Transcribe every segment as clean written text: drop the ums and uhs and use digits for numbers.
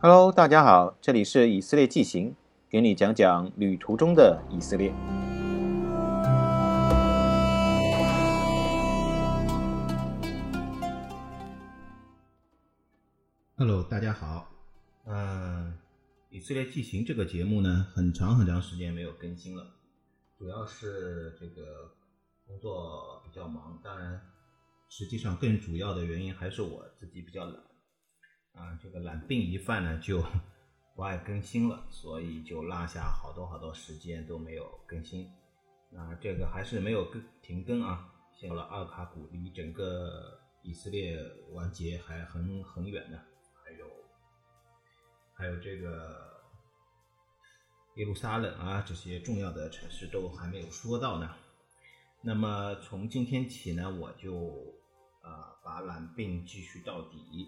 Hello，大家好，这里是以色列纪行，给你讲讲旅途中的以色列。 Hello，大家好。以色列纪行这个节目呢，很长时间没有更新了，主要是这个工作比较忙，当然，实际上更主要的原因还是我自己比较懒这个懒病一犯呢，就不爱更新了，所以就落下好多时间都没有更新。那这个还是没有停更啊，现在了阿尔卡古离整个以色列完结还很远呢。还有这个耶路撒冷啊，这些重要的城市都还没有说到呢。那么从今天起呢，我就把懒病继续到底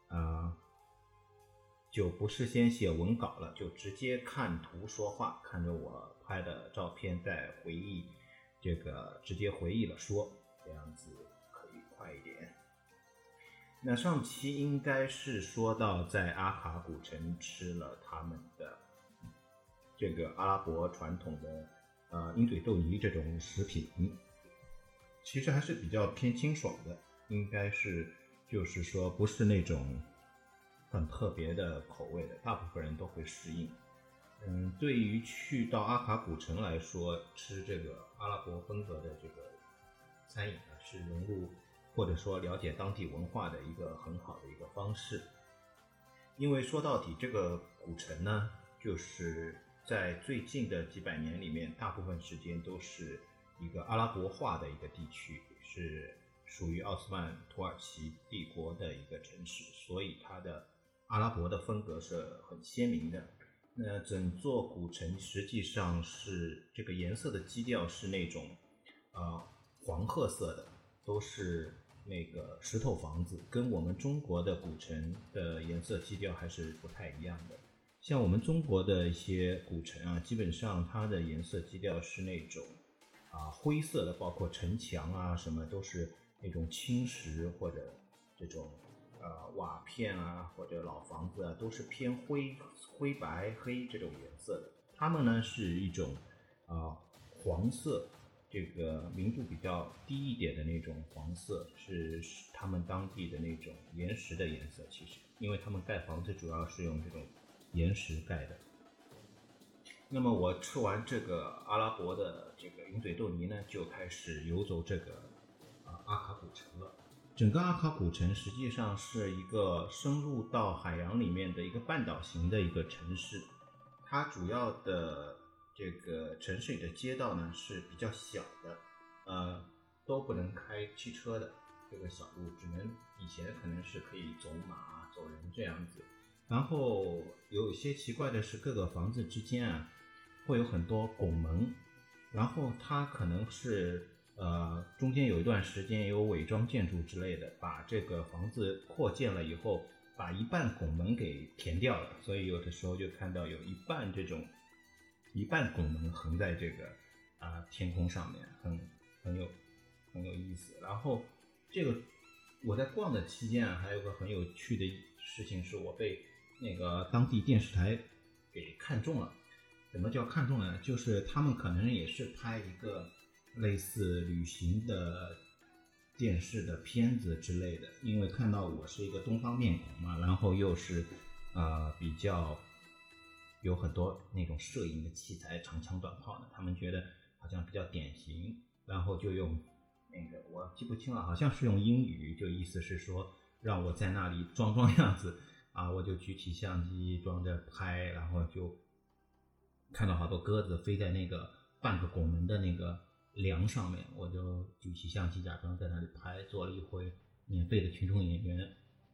就不是先写文稿了，就直接看图说话，看着我拍的照片再回忆这个，直接回忆了说，这样子可以快一点。那上期应该是说到在阿卡古城吃了他们的这个阿拉伯传统的鹰嘴豆泥这种食品，其实还是比较偏清爽的，应该是就是说不是那种很特别的口味的，大部分人都会适应。对于去到阿卡古城来说，吃这个阿拉伯风格的这个餐饮是融入或者说了解当地文化的一个很好的一个方式。因为说到底这个古城呢，就是在最近的几百年里面，大部分时间都是一个阿拉伯化的一个地区，是属于奥斯曼土耳其帝国的一个城市，所以它的阿拉伯的风格是很鲜明的。那整座古城实际上是这个颜色的基调是那种黄褐色的，都是那个石头房子，跟我们中国的古城的颜色基调还是不太一样的。像我们中国的一些古城基本上它的颜色基调是那种灰色的，包括城墙什么都是那种青石或者这种瓦片或者老房子都是偏灰白黑这种颜色的。它们呢是一种黄色，这个明度比较低一点的那种黄色，是他们当地的那种岩石的颜色。其实因为他们盖房子主要是用这种岩石盖的。那么我吃完这个阿拉伯的这个鹰嘴豆泥呢，就开始游走这个阿卡古城了。整个阿卡古城实际上是一个深入到海洋里面的一个半岛型的一个城市，它主要的这个城市里的街道呢是比较小的，都不能开汽车的，这个小路只能以前可能是可以走马走人这样子。然后有一些奇怪的是，各个房子之间会有很多拱门，然后它可能是中间有一段时间有伪装建筑之类的，把这个房子扩建了以后，把一半拱门给填掉了，所以有的时候就看到有一半拱门横在这个天空上面，很有意思。然后这个我在逛的期间还有个很有趣的事情，是我被那个当地电视台给看中了。怎么叫看中呢？就是他们可能也是拍一个类似旅行的电视的片子之类的，因为看到我是一个东方面孔嘛，然后又是比较有很多那种摄影的器材，长枪短炮的，他们觉得好像比较典型，然后就用那个我记不清了，好像是用英语，就意思是说让我在那里装样子我就举起相机装着拍，然后就看到好多鸽子飞在那个半个拱门的那个梁上面，我就举起相机假装在那里拍，做了一回免费的群众演员。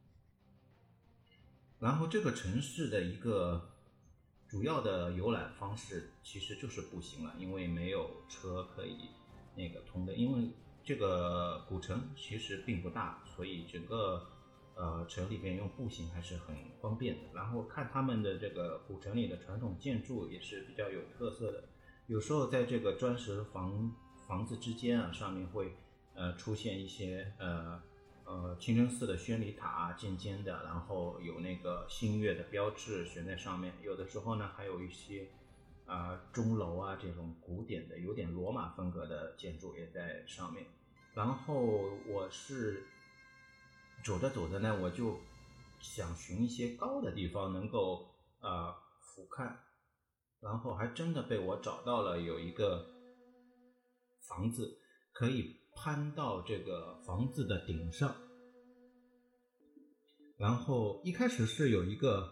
然后这个城市的一个主要的游览方式其实就是步行了，因为没有车可以那个通的，因为这个古城其实并不大，所以整个城里面用步行还是很方便的。然后看他们的这个古城里的传统建筑也是比较有特色的，有时候在这个砖石房子之间上面会出现一些清真寺的宣礼塔尖尖的，然后有那个新月的标志悬在上面，有的时候呢还有一些钟楼啊这种古典的有点罗马风格的建筑也在上面。然后我是走着走着呢，我就想寻一些高的地方能够俯瞰，然后还真的被我找到了有一个房子，可以攀到这个房子的顶上。然后一开始是有一个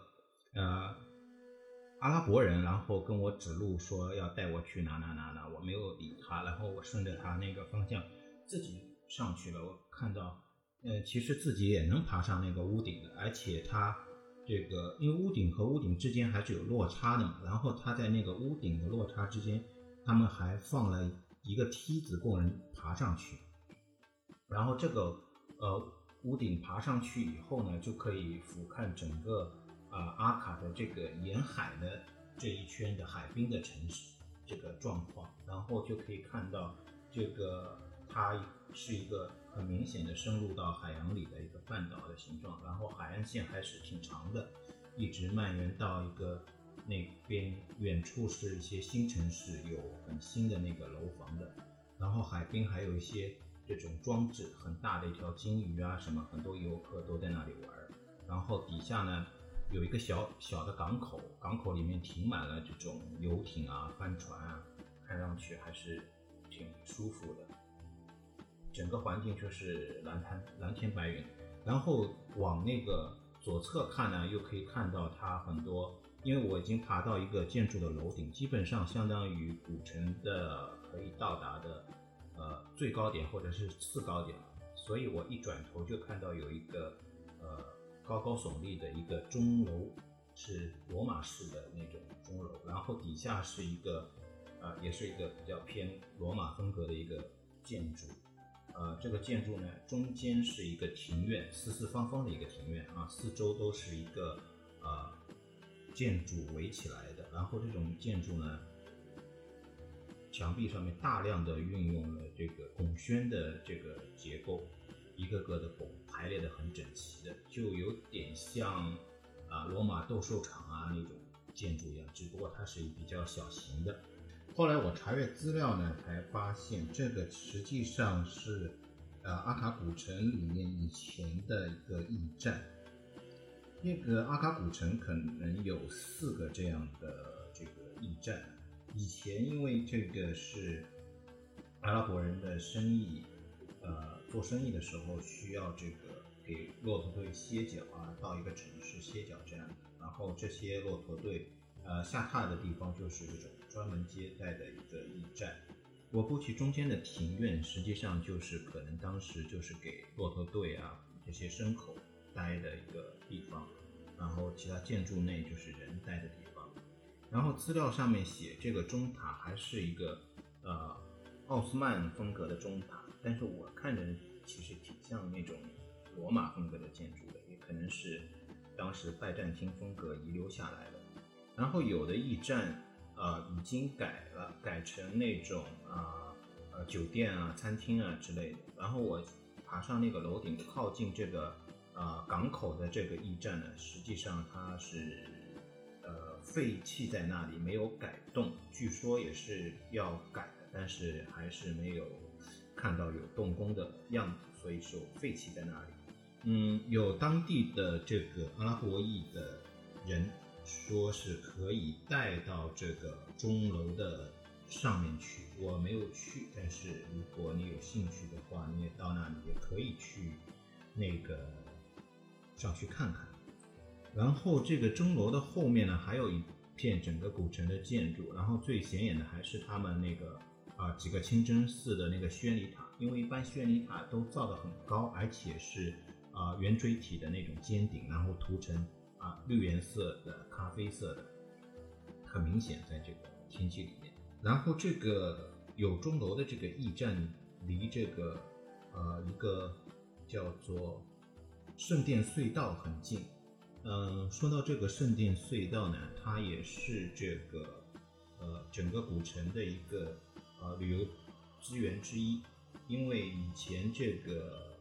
阿拉伯人，然后跟我指路说要带我去哪，我没有理他，然后我顺着他那个方向自己上去了。我看到其实自己也能爬上那个屋顶的，而且他这个因为屋顶和屋顶之间还是有落差的嘛，然后他在那个屋顶的落差之间，他们还放了一个梯子供人爬上去。然后这个屋顶爬上去以后呢，就可以俯瞰整个阿卡的这个沿海的这一圈的海滨的城市这个状况，然后就可以看到这个它是一个很明显的深入到海洋里的一个半岛的形状，然后海岸线还是挺长的，一直蔓延到一个那边远处是一些新城市，有很新的那个楼房的，然后海滨还有一些这种装置，很大的一条金鱼啊什么，很多游客都在那里玩。然后底下呢有一个小小的港口，港口里面停满了这种游艇啊帆船啊，看上去还是挺舒服的，整个环境就是蓝天白云。然后往那个左侧看呢，又可以看到它很多，因为我已经爬到一个建筑的楼顶，基本上相当于古城的可以到达的最高点或者是次高点，所以我一转头就看到有一个高高耸立的一个钟楼，是罗马式的那种钟楼，然后底下是一个也是一个比较偏罗马风格的一个建筑。这个建筑呢，中间是一个庭院，四四方方的一个庭院啊，四周都是一个建筑围起来的。然后这种建筑呢，墙壁上面大量的运用了这个拱轩的这个结构，一个个的拱排列的很整齐的，就有点像罗马斗兽场啊那种建筑一样，只不过它是比较小型的。后来我查阅资料呢，才发现这个实际上是阿卡古城里面以前的一个驿站。那个阿卡古城可能有4个这样的这个驿站。以前因为这个是阿拉伯人的生意，做生意的时候需要这个给骆驼队歇脚啊，到一个城市歇脚这样的。然后这些骆驼队下榻的地方就是这种专门接待的一个驿站。我估计中间的庭院实际上就是可能当时就是给骆驼队啊这些牲口待的一个地方，然后其他建筑内就是人待的地方。然后资料上面写这个钟塔还是一个奥斯曼风格的钟塔，但是我看着其实挺像那种罗马风格的建筑的，也可能是当时拜占庭风格遗留下来的。然后有的驿站已经改成那种酒店啊餐厅啊之类的。然后我爬上那个楼顶靠近这个港口的这个驿站呢，实际上它是废弃在那里没有改动，据说也是要改的，但是还是没有看到有动工的样子，所以是废弃在那里。有当地的这个阿拉伯裔的人说是可以带到这个钟楼的上面去，我没有去，但是如果你有兴趣的话，你也到那里也可以去那个上去看看。然后这个钟楼的后面呢，还有一片整个古城的建筑，然后最显眼的还是他们那个几个清真寺的那个宣礼塔，因为一般宣礼塔都造得很高，而且是圆锥体的那种尖顶，然后涂成绿颜色的、咖啡色的，很明显在这个天气里面。然后这个有钟楼的这个驿站离这个一个叫做圣殿隧道很近。说到这个圣殿隧道呢，它也是这个整个古城的一个旅游资源之一，因为以前这个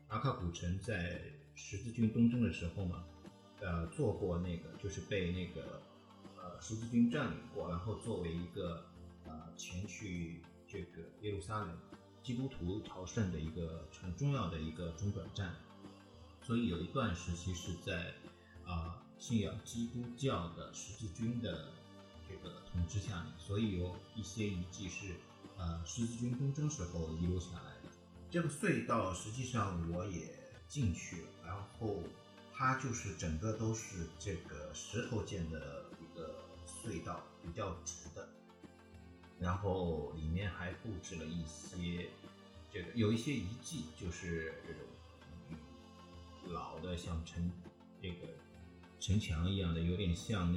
阿卡古城在十字军东征的时候嘛，做过那个就是被那个十字军占领过，然后作为一个前去这个耶路撒冷基督徒朝圣的一个很重要的一个中转站，所以有一段时期是在信仰基督教的十字军的这个统治下面，所以有一些遗迹是十字军东征时候遗留下来的。这个隧道实际上我也进去了，然后它就是整个都是这个石头建的一个隧道，比较直的，然后里面还布置了一些这个有一些遗迹，就是这种老的像这个城墙一样的，有点像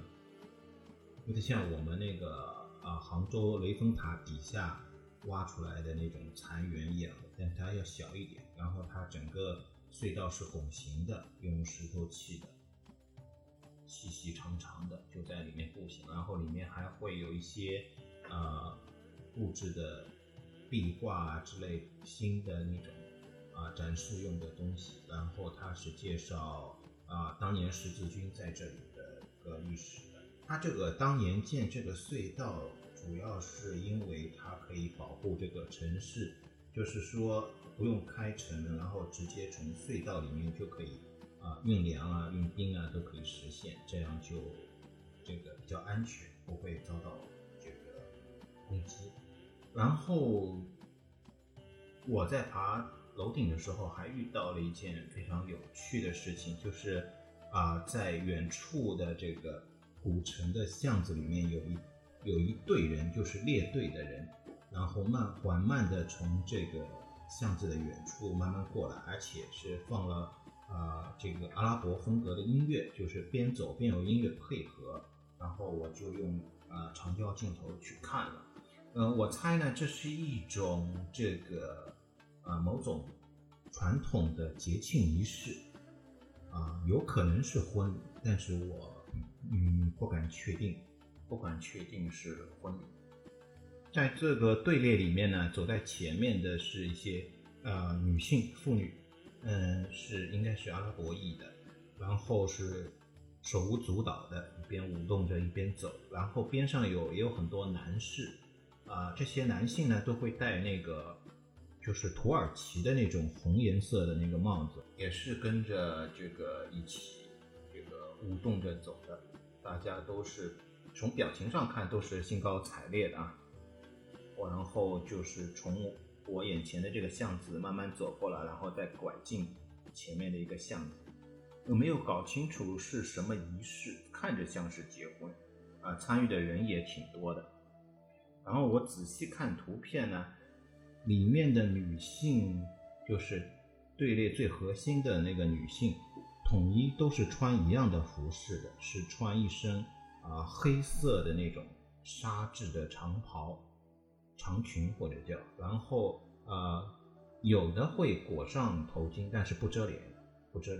我们那个杭州雷峰塔底下挖出来的那种残垣一样的，但它要小一点。然后它整个隧道是拱形的，用石头砌的，细细长长的，就在里面步行。然后里面还会有一些布置的壁画之类新的那种展示用的东西。然后它是介绍当年十字军在这里的一个历史的。它这个当年建这个隧道，主要是因为它可以保护这个城市，就是说不用开城，然后直接从隧道里面就可以运粮运兵都可以实现，这样就这个比较安全，不会遭到这个攻击。然后我在爬楼顶的时候还遇到了一件非常有趣的事情，就是在远处的这个古城的巷子里面有一队人，就是列队的人，然后缓慢的从这个巷子的远处慢慢过来，而且是放了这个阿拉伯风格的音乐，就是边走边有音乐配合，然后我就用长焦镜头去看了。我猜呢，这是一种这个某种传统的节庆仪式有可能是婚礼，但是我不敢确定是婚礼。在这个队列里面呢，走在前面的是一些女性妇女，应该是阿拉伯裔的，然后是手舞足蹈的，一边舞动着一边走，然后边上也有很多男士这些男性呢都会戴那个就是土耳其的那种红颜色的那个帽子，也是跟着这个一起这个舞动着走的，大家都是从表情上看都是兴高采烈的然后就是从我眼前的这个巷子慢慢走过来，然后再拐进前面的一个巷子，我没有搞清楚是什么仪式，看着像是结婚参与的人也挺多的。然后我仔细看图片呢，里面的女性就是队列最核心的那个女性，统一都是穿一样的服饰的，是穿一身黑色的那种纱质的长袍、长裙或者叫，然后有的会裹上头巾，但是不遮脸，不遮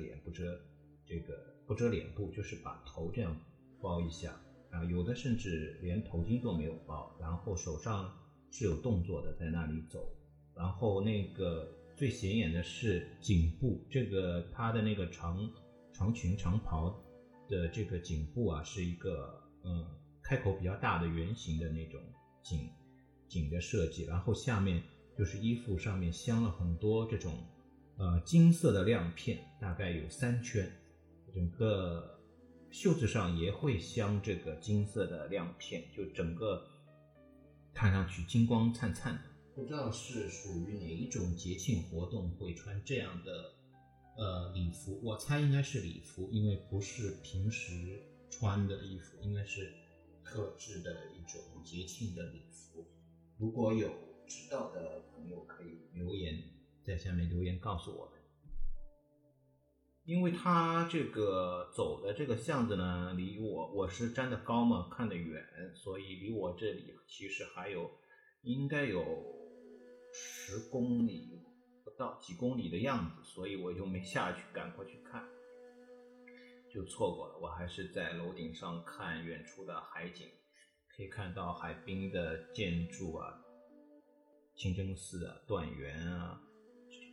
脸部，就是把头这样包一下有的甚至连头巾都没有包，然后手上是有动作的，在那里走。然后那个最显眼的是颈部，这个它的那个长裙长袍的这个颈部是一个开口比较大的圆形的那种颈的设计，然后下面就是衣服上面镶了很多这种金色的亮片，大概有3圈，整个袖子上也会镶这个金色的亮片，就整个看上去金光灿灿的。不知道是属于哪一种节庆活动会穿这样的礼服，我猜应该是礼服，因为不是平时穿的衣服，应该是特制的一种节庆的礼服。如果有知道的朋友可以在下面留言告诉我们。因为他这个走的这个巷子呢，离我是站得高嘛，看得远，所以离我这里其实应该有10公里不到，几公里的样子，所以我就没下去赶快去看，就错过了。我还是在楼顶上看远处的海景，可以看到海滨的建筑清真寺断垣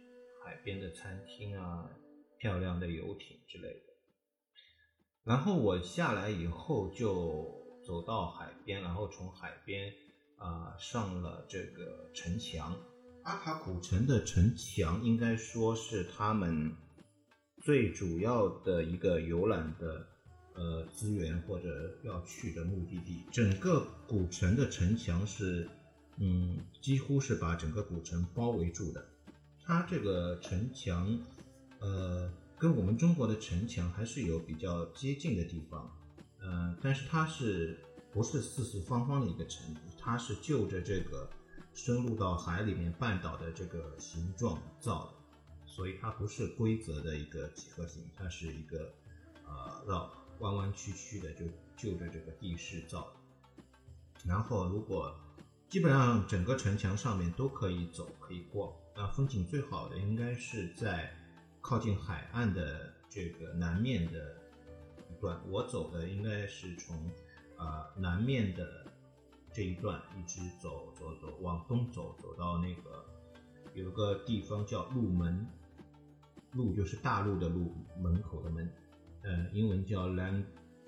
海边的餐厅啊，漂亮的游艇之类的。然后我下来以后就走到海边，然后从海边上了这个城墙。阿卡古城的城墙应该说是他们最主要的一个游览的资源或者要去的目的地。整个古城的城墙是几乎是把整个古城包围住的。它这个城墙跟我们中国的城墙还是有比较接近的地方，但是它不是四四方方的一个城，它是就着这个深入到海里面半岛的这个形状造的，所以它不是规则的一个几何形，它是一个弯弯曲曲的，就着这个地势造的。然后如果基本上整个城墙上面都可以走可以逛，那风景最好的应该是在靠近海岸的这个南面的一段，我走的应该是从南面的这一段一直走往东走到那个有个地方叫鹿门，鹿就是大陆的鹿，门口的门，英文叫 land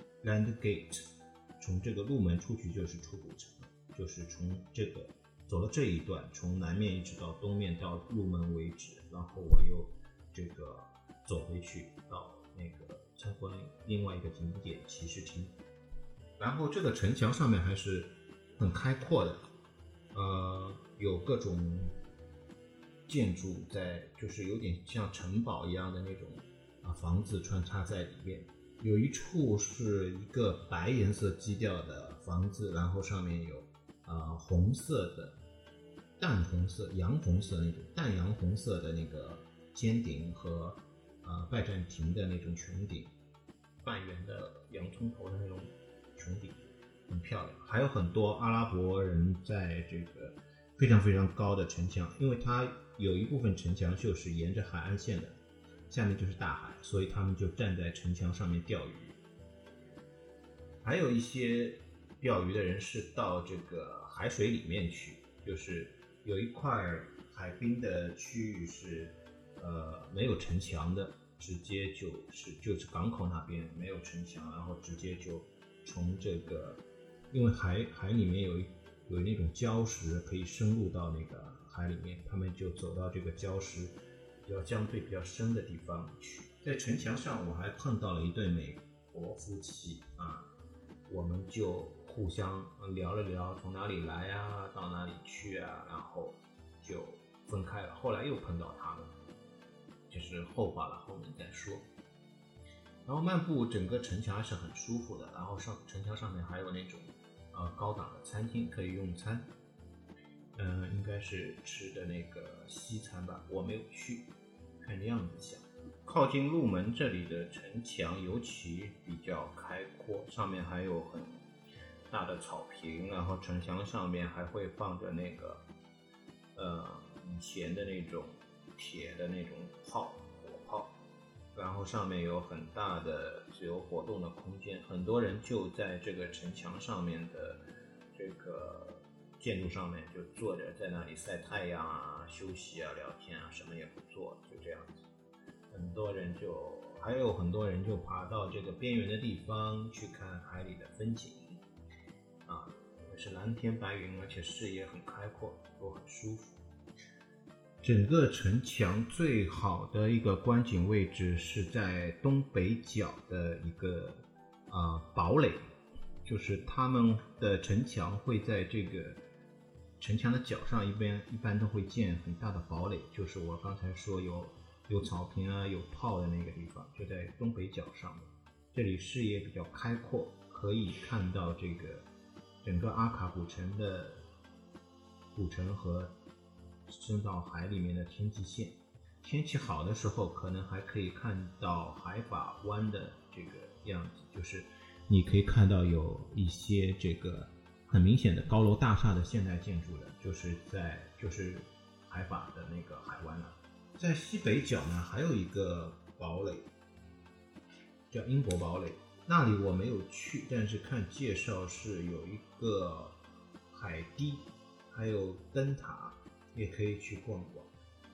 gate。 从这个鹿门出去就是出古城，就是从这个走了这一段，从南面一直到东面到鹿门为止，然后我又这个走回去到那个参观另外一个景点骑士厅。然后这个城墙上面还是很开阔的，有各种建筑在，就是有点像城堡一样的那种房子穿插在里面。有一处是一个白颜色基调的房子，然后上面有红色的淡红色洋红色那种淡洋红色的那个尖顶和拜占庭的那种穹顶，半圆的洋葱头的那种穹顶，很漂亮。还有很多阿拉伯人在这个非常非常高的城墙，因为它有一部分城墙就是沿着海岸线的，下面就是大海，所以他们就站在城墙上面钓鱼。还有一些钓鱼的人是到这个海水里面去，就是有一块海滨的区域是没有城墙的，直接就是港口那边没有城墙，然后直接就从这个，因为海里面有那种礁石可以深入到那个海里面，他们就走到这个礁石相对比较深的地方去。在城墙上我还碰到了一对美国夫妻我们就互相聊了聊从哪里来啊，到哪里去啊，然后就分开了。后来又碰到他们，就是后话了，后面再说。然后漫步整个城墙还是很舒服的，然后城墙上面还有那种高档的餐厅可以用餐，应该是吃的那个西餐吧，我没有去，看样子像。靠近鹿门这里的城墙尤其比较开阔，上面还有很大的草坪，然后城墙上面还会放着那个以前的那种铁的那种火炮，然后上面有很大的自由活动的空间，很多人就在这个城墙上面的这个建筑上面就坐着，在那里晒太阳啊、休息啊、聊天啊，什么也不做，就这样子。还有很多人就爬到这个边缘的地方去看海里的风景是蓝天白云，而且视野很开阔，都很舒服。整个城墙最好的一个观景位置是在东北角的一个堡垒，就是他们的城墙会在这个城墙的角上一般都会建很大的堡垒，就是我刚才说有草坪啊有炮的那个地方，就在东北角上面。这里视野比较开阔，可以看到这个整个阿卡古城的古城和伸到海里面的天际线。天气好的时候可能还可以看到海法湾的这个样子，就是你可以看到有一些这个很明显的高楼大厦的现代建筑的，就是海法的那个海湾了。在西北角呢还有一个堡垒叫英国堡垒，那里我没有去，但是看介绍是有一个海堤还有灯塔，也可以去逛逛。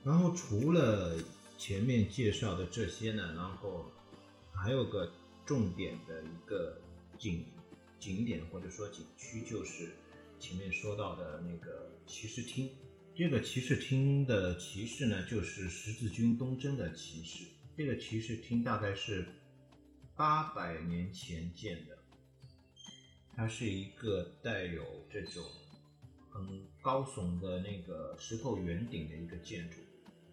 然后除了前面介绍的这些呢，然后还有个重点的一个景点或者说景区，就是前面说到的那个骑士厅。这个骑士厅的骑士呢，就是十字军东征的骑士。这个骑士厅大概是800年前建的，它是一个带有这种很高耸的那个石头圆顶的一个建筑。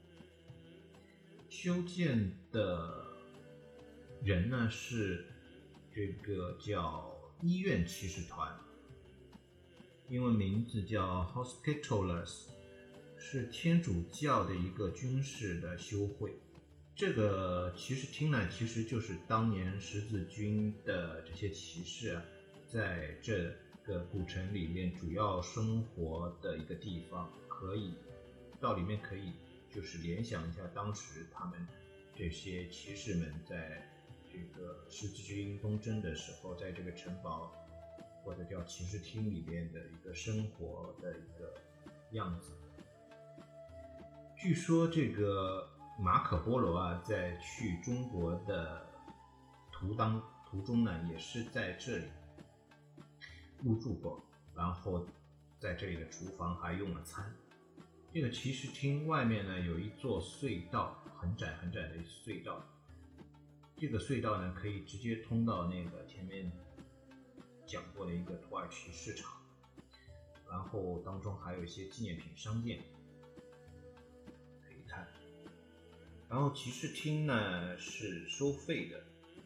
修建的人呢是这个叫医院骑士团，英文名字叫 Hospitallers， 是天主教的一个军事的修会。这个骑士厅呢，其实就是当年十字军的这些骑士在这个古城里面主要生活的一个地方，可以到里面可以就是联想一下当时他们这些骑士们在这个十字军东征的时候，在这个城堡或者叫骑士厅里面的一个生活的一个样子。据说这个马可波罗在去中国的途中呢，也是在这里入住过，然后在这里的厨房还用了餐。这个骑士厅外面呢有一座隧道，很窄很窄的隧道。这个隧道呢可以直接通到那个前面讲过的一个土耳其市场，然后当中还有一些纪念品商店可以看。然后骑士厅呢是收费的，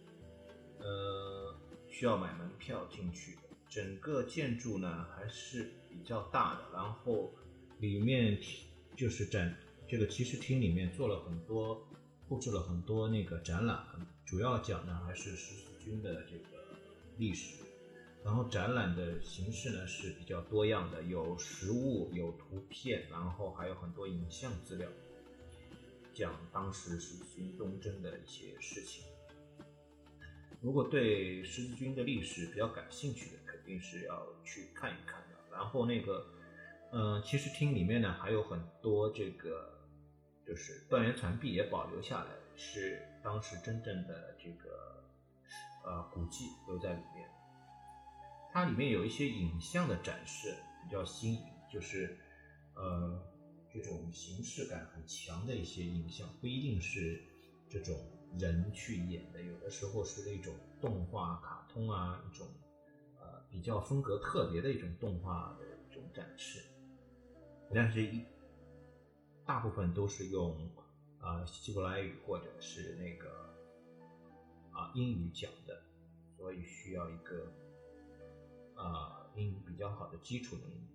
需要买门票进去的。整个建筑呢还是比较大的，然后里面就是这个骑士厅里面布置了很多那个展览，主要讲呢还是十字军的这个历史。然后展览的形式呢是比较多样的，有实物，有图片，然后还有很多影像资料，讲当时十字军东征的一些事情。如果对十字军的历史比较感兴趣的，肯定是要去看一看的。然后那个骑士厅里面呢还有很多这个就是断垣残壁也保留下来，是当时真正的这个古迹留在里面。它里面有一些影像的展示比较新颖，就是这种形式感很强的一些影像，不一定是这种人去演的，有的时候是那种动画卡通一种比较风格特别的一种动画的一种展示。但是大部分都是用希伯来语或者是那个英语讲的，所以需要一个英语比较好的基础能力，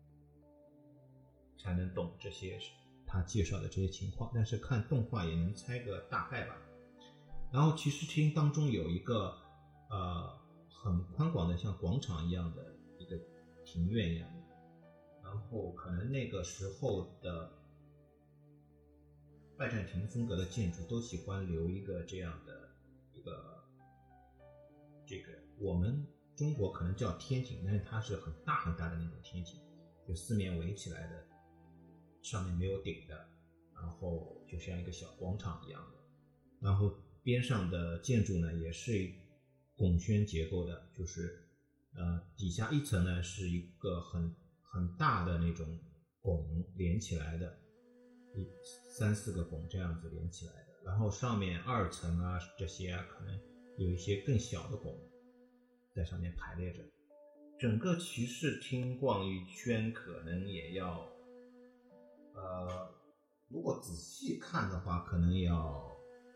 才能懂这些他介绍的这些情况。但是看动画也能猜个大概吧。然后骑士厅当中有一个很宽广的像广场一样的一个庭院一样的，然后可能那个时候的拜占庭风格的建筑都喜欢留一个这样的一个这个我们中国可能叫天井，但是它是很大很大的那种天井，就四面围起来的，上面没有顶的，然后就像一个小广场一样的。然后边上的建筑呢也是拱轩结构的，就是底下一层呢是一个很大的那种拱连起来的，3、4个拱这样子连起来的，然后上面2层这些可能有一些更小的拱在上面排列着。整个骑士厅逛一圈可能也要如果仔细看的话可能也要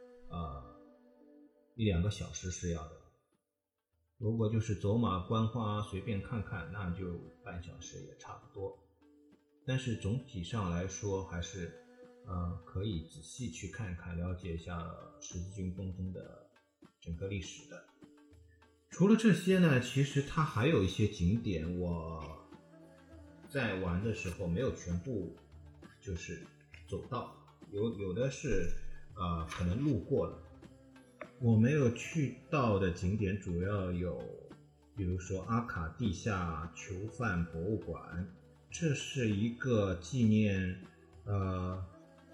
1-2个小时是要的。如果就是走马观花随便看看，那就半小时也差不多。但是总体上来说还是可以仔细去看看，了解一下十字军东征的整个历史的。除了这些呢，其实它还有一些景点我在玩的时候没有全部就是走到，有的是可能路过了。我没有去到的景点主要有比如说阿卡地下囚犯博物馆，这是一个纪念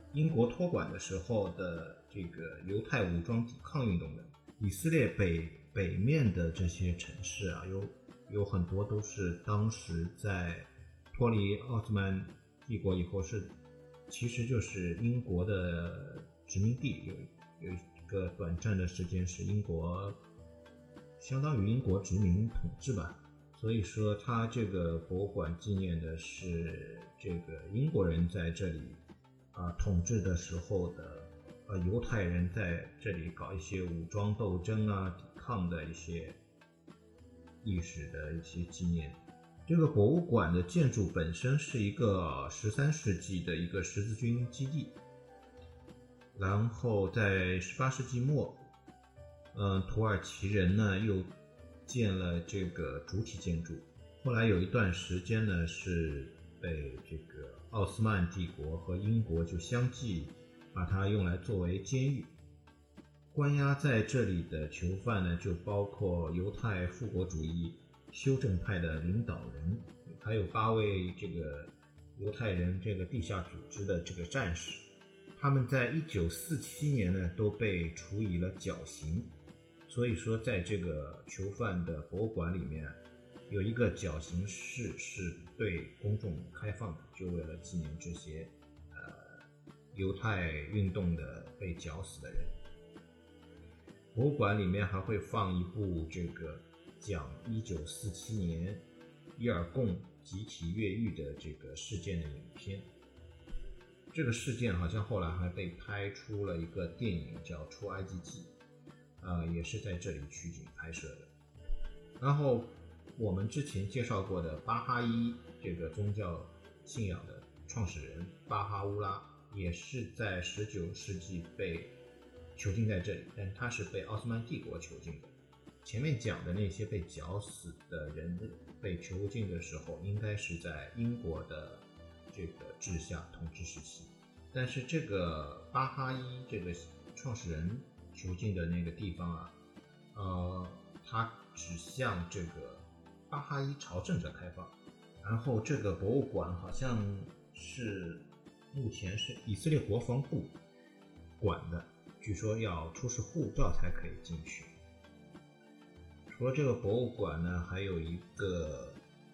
英国托管的时候的这个犹太武装抵抗运动的。以色列北面的这些城市啊，有很多都是当时在脱离奥斯曼帝国以后其实就是英国的殖民地，有一个短暂的时间是英国相当于英国殖民统治吧。所以说它这个博物馆纪念的是这个英国人在这里统治的时候的犹太人在这里搞一些武装斗争啊、抵抗的一些历史的一些纪念。这个博物馆的建筑本身是一个13世纪的一个十字军基地，然后在18世纪末，土耳其人呢又建了这个主体建筑。后来有一段时间呢是被这个奥斯曼帝国和英国就相继把它用来作为监狱。关押在这里的囚犯呢，就包括犹太复国主义修正派的领导人，还有8位这个犹太人这个地下组织的这个战士。他们在1947年呢都被处以了绞刑。所以说在这个囚犯的博物馆里面有一个绞刑室是对公众开放的，就为了纪念这些犹太运动的被绞死的人。博物馆里面还会放一部这个讲1947年伊尔贡集体越狱的这个事件的影片。这个事件好像后来还被拍出了一个电影叫《出埃及记》，也是在这里取景拍摄的。然后我们之前介绍过的巴哈伊这个宗教信仰的创始人巴哈乌拉，也是在19世纪被囚禁在这里，但他是被奥斯曼帝国囚禁的。前面讲的那些被绞死的人被囚禁的时候，应该是在英国的这个治下统治时期。但是这个巴哈伊这个创始人囚禁的那个地方它只向这个巴哈伊朝圣者开放。然后这个博物馆好像是目前是以色列国防部管的，据说要出示护照才可以进去。除了这个博物馆呢，还有一个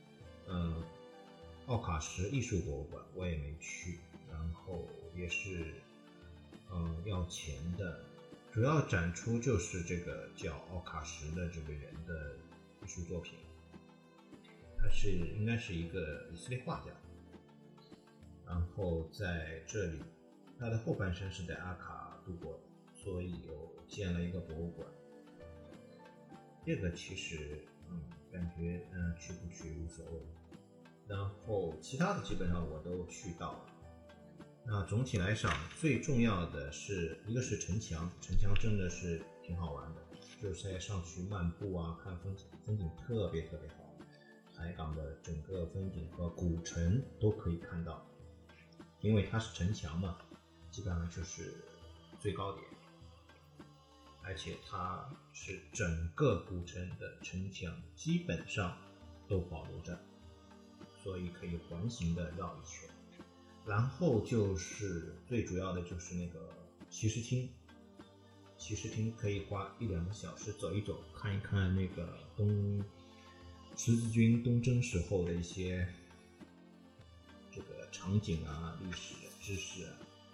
奥卡什艺术博物馆，我也没去，然后也是要钱的。主要展出就是这个叫奥卡什的这个人的艺术作品，他应该是一个以色列画家。然后在这里他的后半生是在阿卡度过的，所以有建了一个博物馆。这个其实感觉去不去无所谓。然后其他的基本上我都去到了。那总体来讲，最重要的是一个是城墙，城墙真的是挺好玩的，就是在上去漫步啊，看风景，风景特别特别好，海港的整个风景和古城都可以看到，因为它是城墙嘛，基本上就是最高点，而且它是整个古城的城墙基本上都保留着，所以可以环形的绕一圈。然后就是最主要的就是那个骑士厅，骑士厅可以花1-2个小时走一走，看一看那个十字军东征时候的一些这个场景啊、历史知识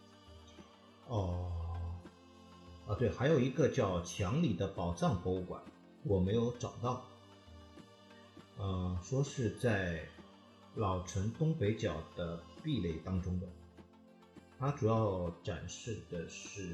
啊。对，还有一个叫墙里的宝藏博物馆，我没有找到。说是在老城东北角的壁垒当中的，它主要展示的是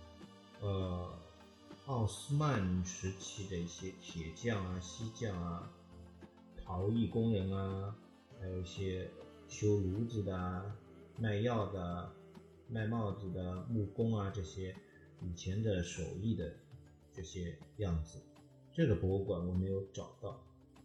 奥斯曼时期的一些铁匠啊、锡匠啊、陶艺工人啊，还有一些修炉子的啊、卖药的啊、卖帽子的木工啊，这些以前的手艺的这些样子。这个博物馆我没有找到，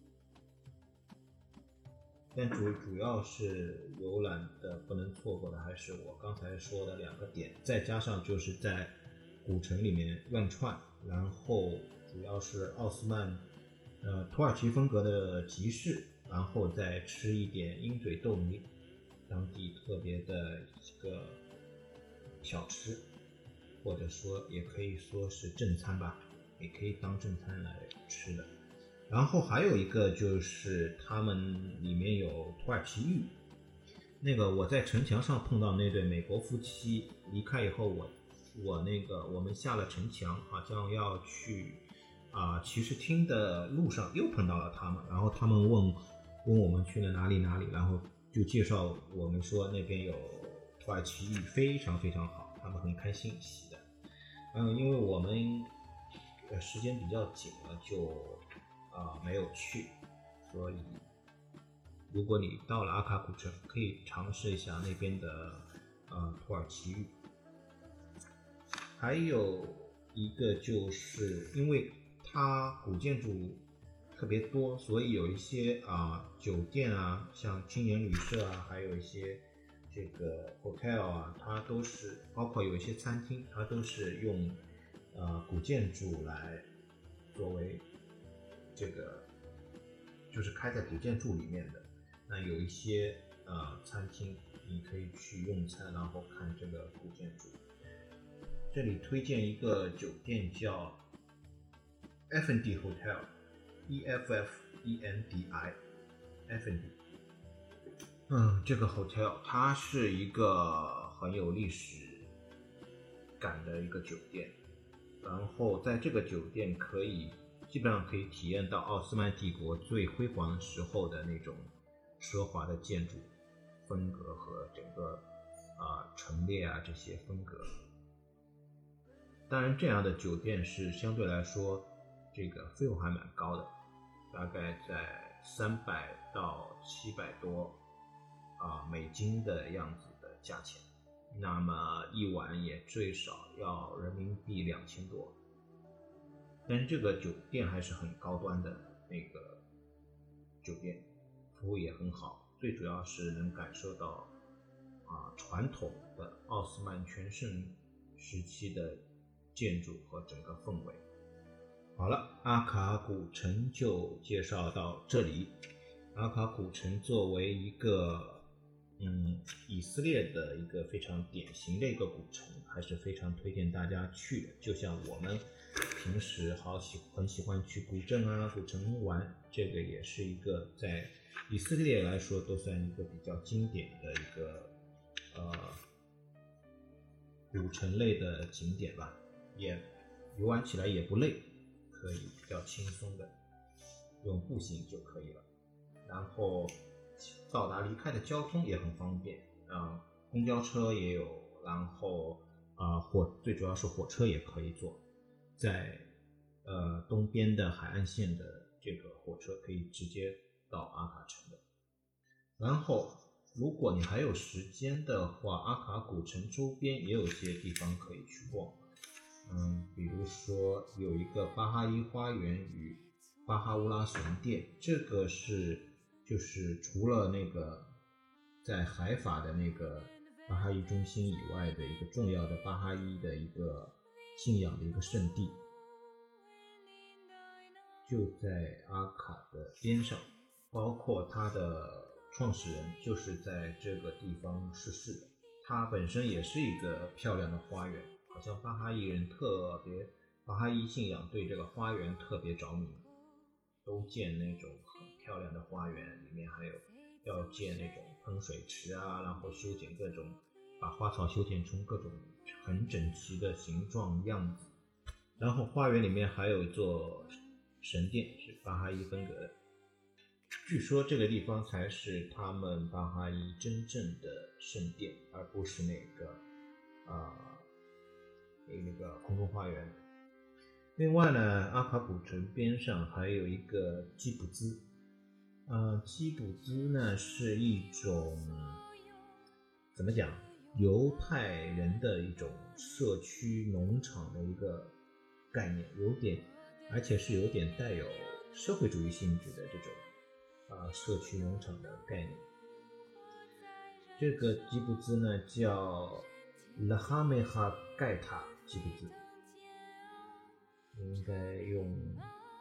但主要是游览的不能错过的还是我刚才说的2个点，再加上就是在古城里面乱窜，然后主要是奥斯曼土耳其风格的集市，然后再吃一点鹰嘴豆泥，当地特别的一个小吃，或者说也可以说是正餐吧，也可以当正餐来吃的。然后还有一个就是他们里面有土耳其浴，那个我在城墙上碰到那对美国夫妻离开以后，我们下了城墙，好像要去骑士厅的路上又碰到了他们，然后他们问我们去了哪里，然后就介绍我们说那边有土耳其浴，非常非常好，他们很开心洗的。因为我们时间比较紧了，就没有去，所以如果你到了阿卡古城，可以尝试一下那边的土耳其浴。还有一个就是因为它古建筑特别多，所以有一些酒店啊，像青年旅社啊，还有一些这个 hotel 啊，它都是包括有一些餐厅，它都是用古建筑来作为这个就是开在古建筑里面的。那有一些餐厅你可以去用餐，然后看这个古建筑。这里推荐一个酒店叫 Effendi Hotel， EFFENDI Effendi。这个 hotel 它是一个很有历史感的一个酒店，然后在这个酒店基本上可以体验到奥斯曼帝国最辉煌时候的那种奢华的建筑风格和整个陈列这些风格。当然这样的酒店是相对来说这个费用还蛮高的，大概在300到700多美金的样子的价钱，那么一晚也最少要人民币2000多。但这个酒店还是很高端的那个酒店，服务也很好，最主要是能感受到传统的奥斯曼全盛时期的建筑和整个氛围。好了，阿卡古城就介绍到这里。阿卡古城作为一个以色列的一个非常典型的一个古城，还是非常推荐大家去的。就像我们平时很喜欢去古镇古城玩，这个也是一个在以色列来说都算一个比较经典的一个古城类的景点吧，也游玩起来也不累，可以比较轻松的用步行就可以了。然后到达离开的交通也很方便，公交车也有，然后最主要是火车也可以坐，在东边的海岸线的这个火车可以直接到阿卡城的。然后如果你还有时间的话，阿卡古城周边也有些地方可以去逛，比如说有一个巴哈伊花园与巴哈乌拉神殿，这个就是除了那个在海法的那个巴哈伊中心以外的一个重要的巴哈伊的一个信仰的一个圣地，就在阿卡的边上，包括它的创始人就是在这个地方逝世的。它本身也是一个漂亮的花园，好像巴哈伊信仰对这个花园特别着迷，都建那种很漂亮的花园，里面还有要建那种喷水池然后修剪把花草修剪成各种很整齐的形状样子。然后花园里面还有一座神殿，是巴哈伊风格的。据说这个地方才是他们巴哈伊真正的圣殿，而不是那个空中花园。另外呢，阿卡古城边上还有一个基卜兹，基卜兹呢是一种怎么讲，犹太人的一种社区农场的一个概念，而且是有点带有社会主义性质的这种社区农场的概念。这个基卜兹呢叫拉哈梅哈盖塔基卜兹，应该用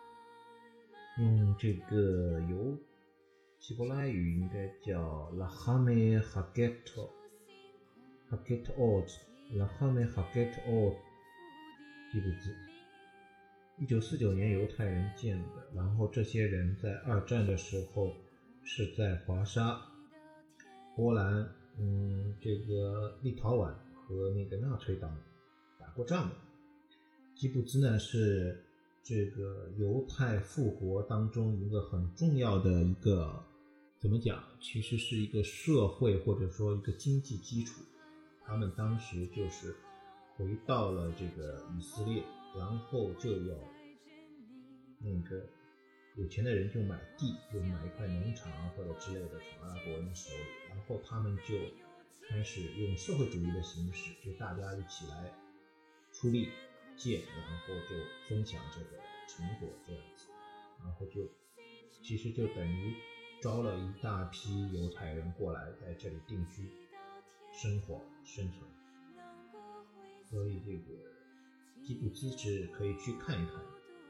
这个希伯来语应该叫拉哈梅哈盖托 라카메 하겟 오基布兹，1949年犹太人建的，然后这些人在二战的时候是在华沙、波兰、这个立陶宛和那个纳粹党打过仗的。基布兹呢是这个犹太复国当中一个很重要的一个，怎么讲，其实是一个社会或者说一个经济基础。他们当时就是回到了这个以色列，然后就要那个有钱的人就买地，就买一块农场或者之类的从阿拉伯人手里，然后他们就开始用社会主义的形式，就大家一起来出力建，然后就分享这个成果这样子，然后就其实就等于招了一大批犹太人过来在这里定居生活生存，所以这个基布兹是可以去看一看。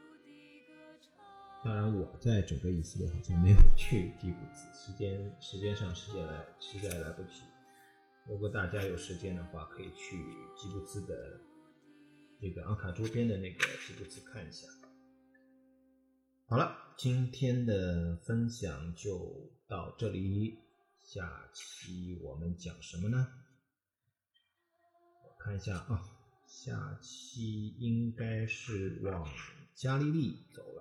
当然我在整个以色列好像没有去基布兹，时间上实在来不及。如果大家有时间的话，可以去基布兹的这个昂卡周边的那个基布兹看一下。好了，今天的分享就到这里，下期我们讲什么呢？我看一下啊，下期应该是往加利利走了。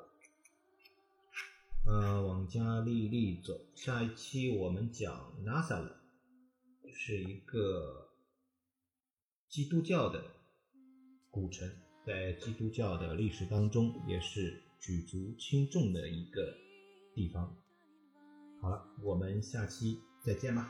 往加利利走。下一期我们讲拿撒勒，是一个基督教的古城，在基督教的历史当中也是举足轻重的一个地方。好了，我们下期再见吧。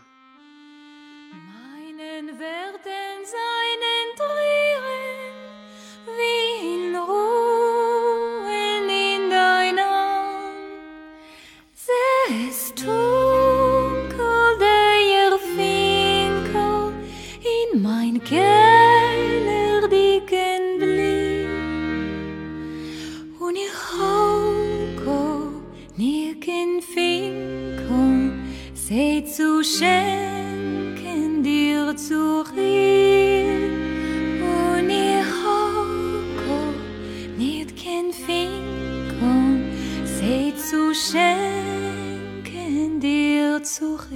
Meinen werden seinen Trieren wie in Ruhen in dein Arm. Sähst dunkel der Finkel in mein Keller dicken Blick. Und ich hauke nirgend Finkel, sei zu schenken dir zurück. Und ich hauke nirgend Finkel, sei zu schenken dir zurück.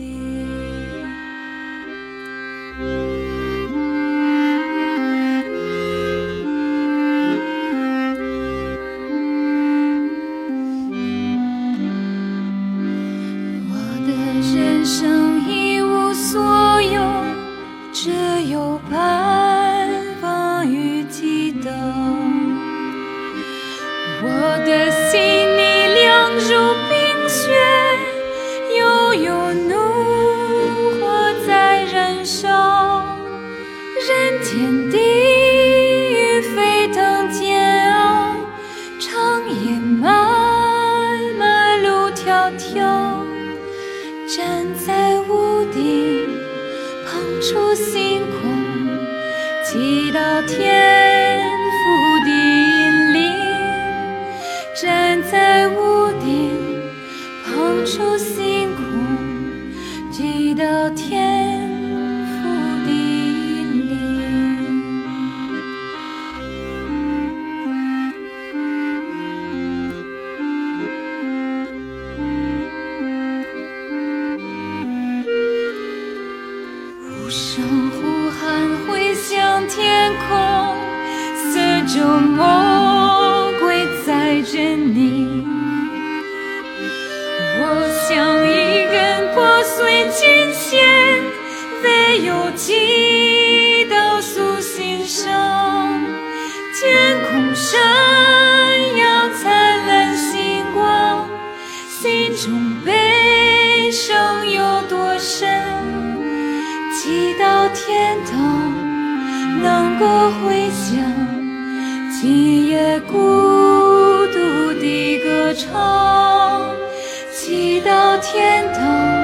Thiên堂